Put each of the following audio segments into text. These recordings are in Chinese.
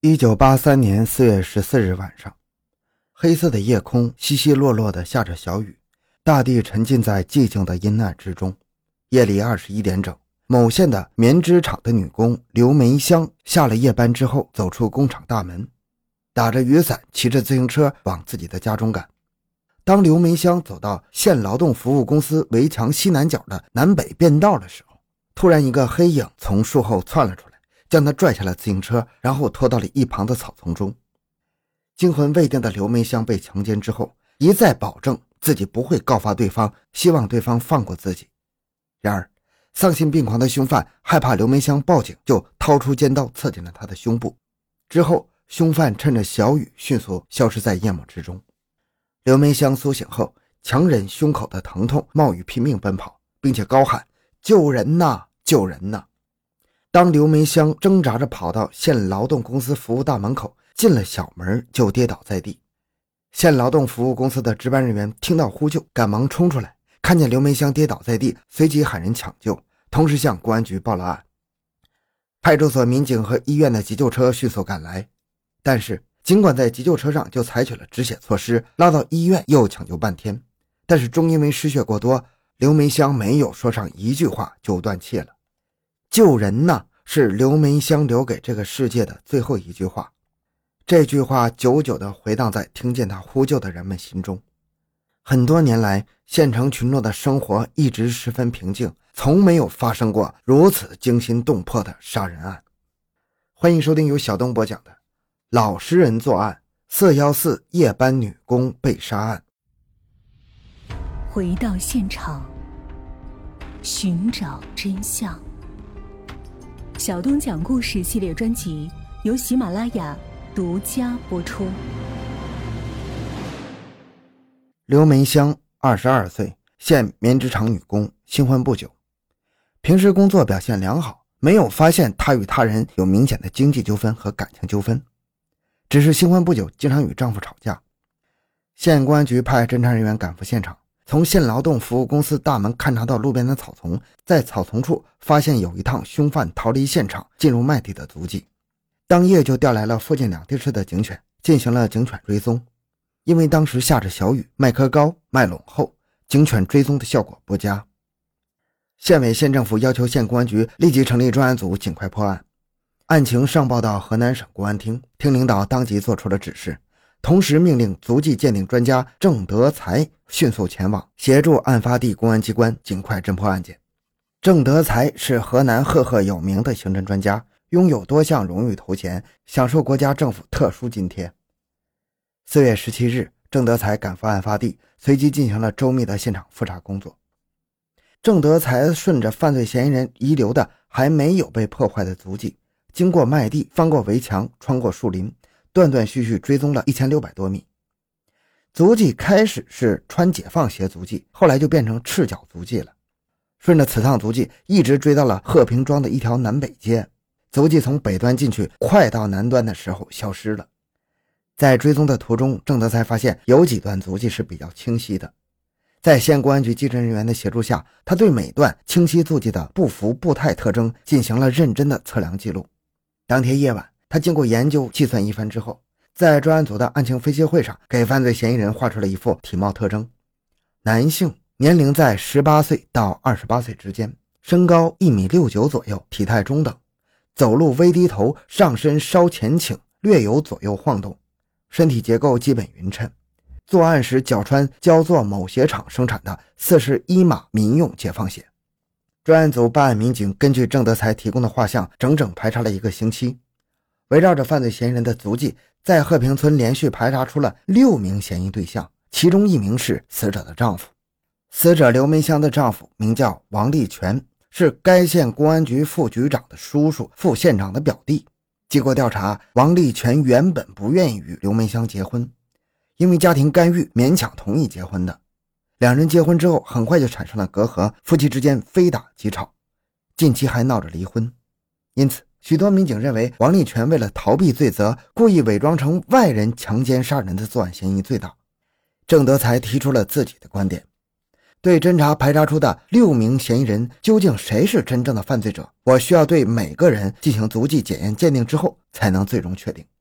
1983年4月14日晚上，黑色的夜空稀稀落落地下着小雨，大地沉浸在寂静的阴暗之中。夜里21点整，某县的棉织厂的女工刘梅香下了夜班之后走出工厂大门，打着雨伞，骑着自行车往自己的家中赶。当刘梅香走到县劳动服务公司围墙西南角的南北便道的时候，突然一个黑影从树后窜了出来，将他拽下了自行车，然后拖到了一旁的草丛中。惊魂未定的刘梅香被强奸之后，一再保证自己不会告发对方，希望对方放过自己。然而丧心病狂的凶犯害怕刘梅香报警，就掏出尖刀刺进了他的胸部。之后凶犯趁着小雨迅速消失在夜幕之中。刘梅香苏醒后强忍胸口的疼痛，冒雨拼命奔跑，并且高喊救人呐，救人呐。当刘梅香挣扎着跑到县劳动公司服务大门口，进了小门就跌倒在地。县劳动服务公司的值班人员听到呼救，赶忙冲出来，看见刘梅香跌倒在地，随即喊人抢救，同时向公安局报了案。派出所民警和医院的急救车迅速赶来，但是尽管在急救车上就采取了止血措施，拉到医院又抢救半天，但是终因为失血过多，刘梅香没有说上一句话就断气了。救人呐，是刘梅香留给这个世界的最后一句话。这句话久久地回荡在听见他呼救的人们心中。很多年来，县城群众的生活一直十分平静，从没有发生过如此惊心动魄的杀人案。欢迎收听由小东播讲的老实人作案414夜班女工被杀案。 回到现场，寻找真相。小东讲故事系列专辑由喜马拉雅独家播出。 刘梅香22岁，县棉织厂女工，新婚不久。平时工作表现良好，没有发现她与他人有明显的经济纠纷和感情纠纷，只是新婚不久，经常与丈夫吵架。县公安局派侦查人员赶赴现场，从县劳动服务公司大门勘察到路边的草丛，在草丛处发现有一趟凶犯逃离现场进入麦地的足迹。当夜就调来了附近2地市的警犬，进行了警犬追踪。因为当时下着小雨，麦棵高，麦垄厚，警犬追踪的效果不佳。县委县政府要求县公安局立即成立专案组，尽快破案。案情上报到河南省公安厅，厅领导当即做出了指示，同时命令足迹鉴定专家郑德才迅速前往，协助案发地公安机关尽快侦破案件。郑德才是河南赫赫有名的刑侦专家，拥有多项荣誉头衔，享受国家政府特殊津贴。4月17日，郑德才赶赴案发地，随即进行了周密的现场复查工作。郑德才顺着犯罪嫌疑人遗留的还没有被破坏的足迹，经过麦地，翻过围墙，穿过树林，断断续续追踪了1600多米。足迹开始是穿解放鞋足迹，后来就变成赤脚足迹了。顺着此趟足迹一直追到了鹤坪庄的一条南北街，足迹从北端进去，快到南端的时候消失了。在追踪的途中，郑德才发现有几段足迹是比较清晰的。在县公安局技侦人员的协助下，他对每段清晰足迹的步幅步态特征进行了认真的测量记录。当天夜晚，他经过研究计算一番之后，在专案组的案情分析会上，给犯罪嫌疑人画出了一副体貌特征。男性，年龄在18岁到28岁之间，身高1.69米左右，体态中等，走路微低头，上身稍前倾，略有左右晃动，身体结构基本匀称。作案时脚穿焦作某鞋厂生产的41码民用解放鞋。专案组办案民警根据郑德才提供的画像，整整排查了1个星期，围绕着犯罪嫌疑人的足迹，在鹤坪村连续排查出了6名嫌疑对象，其中1名是死者的丈夫。死者刘梅香的丈夫名叫王立全，是该县公安局副局长的叔叔，副县长的表弟。经过调查，王立全原本不愿意与刘梅香结婚，因为家庭干预勉强同意结婚的。两人结婚之后很快就产生了隔阂，夫妻之间非打即吵，近期还闹着离婚。因此许多民警认为王立全为了逃避罪责，故意伪装成外人强奸杀人的作案嫌疑最大。郑德才提出了自己的观点，对侦查排查出的6名嫌疑人，究竟谁是真正的犯罪者，我需要对每个人进行足迹检验鉴定之后才能最终确定。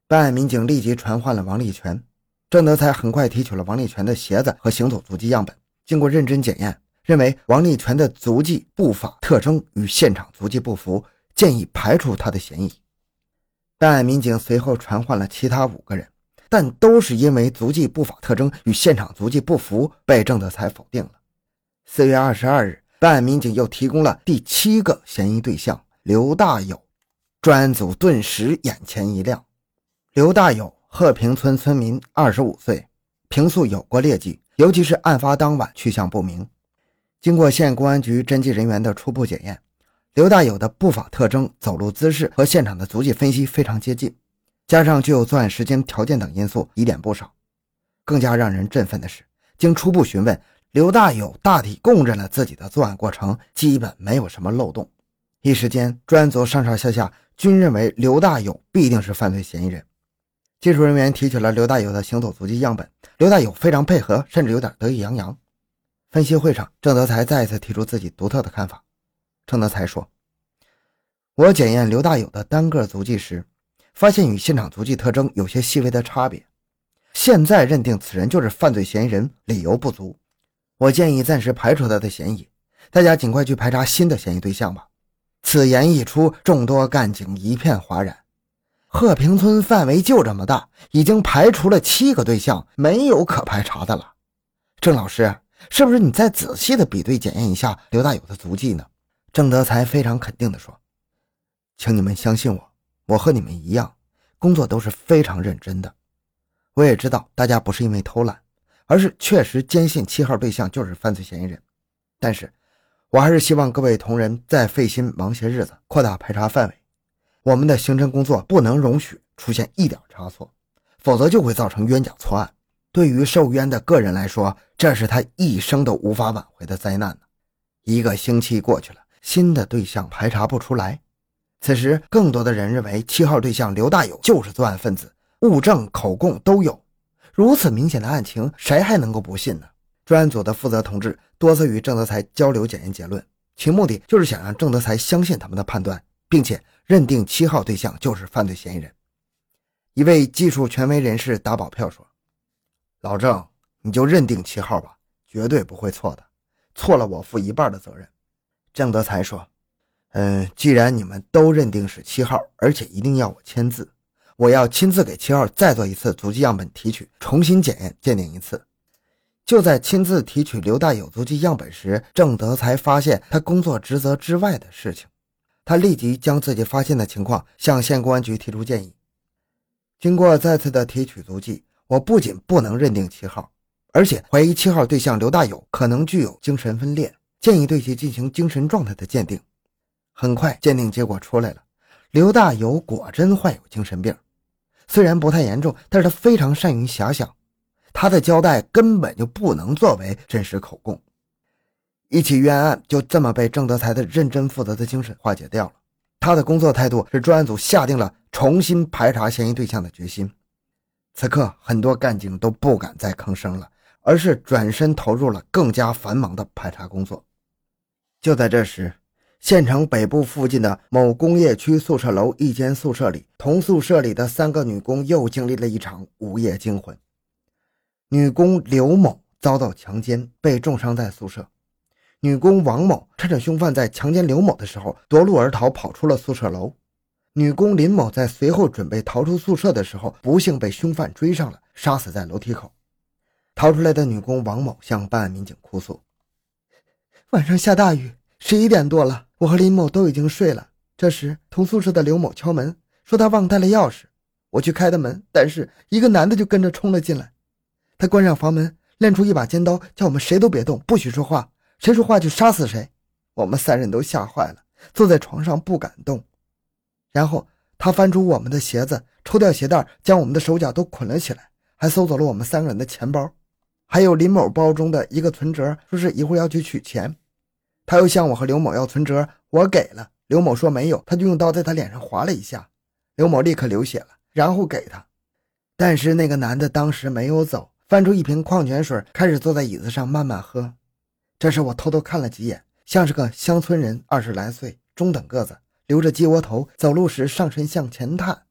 办案民警立即传唤了王立全。郑德才很快提取了王立全的鞋子和行走足迹样本，经过认真检验，认为王立全的足迹步法特征与现场足迹不符，建议排除他的嫌疑。办案民警随后传唤了其他5个人，但都是因为足迹步法特征与现场足迹不符，被郑德才否定了。4月22日，办案民警又提供了第7个嫌疑对象刘大友，专案组顿时眼前一亮。刘大友，鹤坪村村民，25岁，平素有过劣迹，尤其是案发当晚去向不明。经过县公安局侦缉人员的初步检验，刘大友的步法特征、走路姿势和现场的足迹分析非常接近，加上具有作案时间条件等因素，疑点不少。更加让人振奋的是，经初步询问，刘大友大体供认了自己的作案过程，基本没有什么漏洞。一时间，专案组上上下下均认为刘大友必定是犯罪嫌疑人。技术人员提取了刘大友的行走足迹样本，刘大友非常配合，甚至有点得意洋洋。分析会上，郑德才再一次提出自己独特的看法。郑德才说，我检验刘大友的单个足迹时，发现与现场足迹特征有些细微的差别，现在认定此人就是犯罪嫌疑人理由不足，我建议暂时排除他的嫌疑，大家尽快去排查新的嫌疑对象吧。此言一出，众多干警一片哗然。鹤坪村范围就这么大，已经排除了7个对象，没有可排查的了。郑老师，是不是你再仔细的比对检验一下刘大友的足迹呢？郑德才非常肯定地说，请你们相信我，我和你们一样，工作都是非常认真的。我也知道大家不是因为偷懒，而是确实坚信7号对象就是犯罪嫌疑人，但是我还是希望各位同仁再费心忙些日子，扩大排查范围。我们的刑侦工作不能容许出现一点差错，否则就会造成冤假错案。对于受冤的个人来说，这是他一生都无法挽回的灾难呢。1个星期过去了，新的对象排查不出来。此时更多的人认为7号对象刘大友就是作案分子，物证口供都有，如此明显的案情，谁还能够不信呢？专案组的负责同志多次与郑德才交流检验结论，其目的就是想让郑德才相信他们的判断，并且认定7号对象就是犯罪嫌疑人。一位技术权威人士打保票说，老郑，你就认定7号吧，绝对不会错的，错了我负1半的责任。郑德才说，既然你们都认定是7号，而且一定要我签字，我要亲自给7号再做一次足迹样本提取，重新检验鉴定一次。就在亲自提取刘大友足迹样本时，郑德才发现他工作职责之外的事情。他立即将自己发现的情况向县公安局提出建议。经过再次的提取足迹，我不仅不能认定7号，而且怀疑7号对象刘大友可能具有精神分裂，建议对其进行精神状态的鉴定。很快鉴定结果出来了，刘大友果真患有精神病，虽然不太严重，但是他非常善于遐想，他的交代根本就不能作为真实口供。一起冤案就这么被郑德才的认真负责的精神化解掉了。他的工作态度使专案组下定了重新排查嫌疑对象的决心。此刻很多干警都不敢再吭声了，而是转身投入了更加繁忙的排查工作。就在这时，县城北部附近的某工业区宿舍楼一间宿舍里，同宿舍里的3个女工又经历了一场午夜惊魂。女工刘某遭到强奸，被重伤在宿舍。女工王某趁着凶犯在强奸刘某的时候夺路而逃，跑出了宿舍楼。女工林某在随后准备逃出宿舍的时候，不幸被凶犯追上了，杀死在楼梯口。逃出来的女工王某向办案民警哭诉，晚上下大雨，11点多了，我和林某都已经睡了。这时同宿舍的刘某敲门，说他忘带了钥匙。我去开的门，但是一个男的就跟着冲了进来。他关上房门，亮出一把尖刀，叫我们谁都别动，不许说话，谁说话就杀死谁。我们3人都吓坏了，坐在床上不敢动。然后他翻出我们的鞋子，抽掉鞋带，将我们的手脚都捆了起来，还搜走了我们3个人的钱包，还有林某包中的一个存折，说是一会儿要去取钱。他又向我和刘某要存折，我给了，刘某说没有，他就用刀在他脸上划了一下，刘某立刻流血了，然后给他。但是那个男的当时没有走，翻出一瓶矿泉水，开始坐在椅子上慢慢喝。这时我偷偷看了几眼，像是个乡村人，20来岁，中等个子，留着鸡窝头，走路时上身向前探。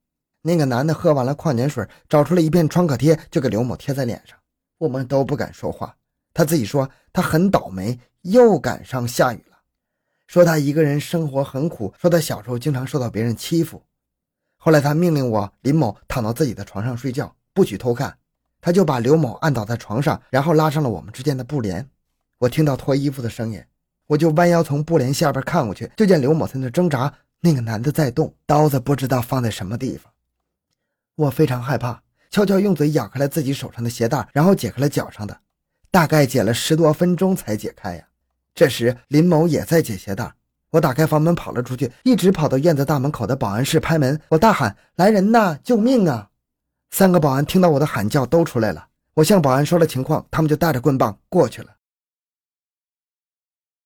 那个男的喝完了矿泉水，找出了一片创可贴，就给刘某贴在脸上。我们都不敢说话。他自己说他很倒霉，又赶上下雨了，说他一个人生活很苦，说他小时候经常受到别人欺负。后来他命令我林某躺到自己的床上睡觉，不许偷看。他就把刘某按倒在床上，然后拉上了我们之间的布帘。我听到脱衣服的声音，我就弯腰从布帘下边看过去，就见刘某在那挣扎，那个男的在动，刀子不知道放在什么地方。我非常害怕，悄悄用嘴咬开了自己手上的鞋带，然后解开了脚上的，大概解了10多分钟才解开呀。这时林某也在解鞋带，我打开房门跑了出去，一直跑到院子大门口的保安室拍门，我大喊：来人呐，救命啊！3个保安听到我的喊叫都出来了，我向保安说了情况，他们就带着棍棒过去了。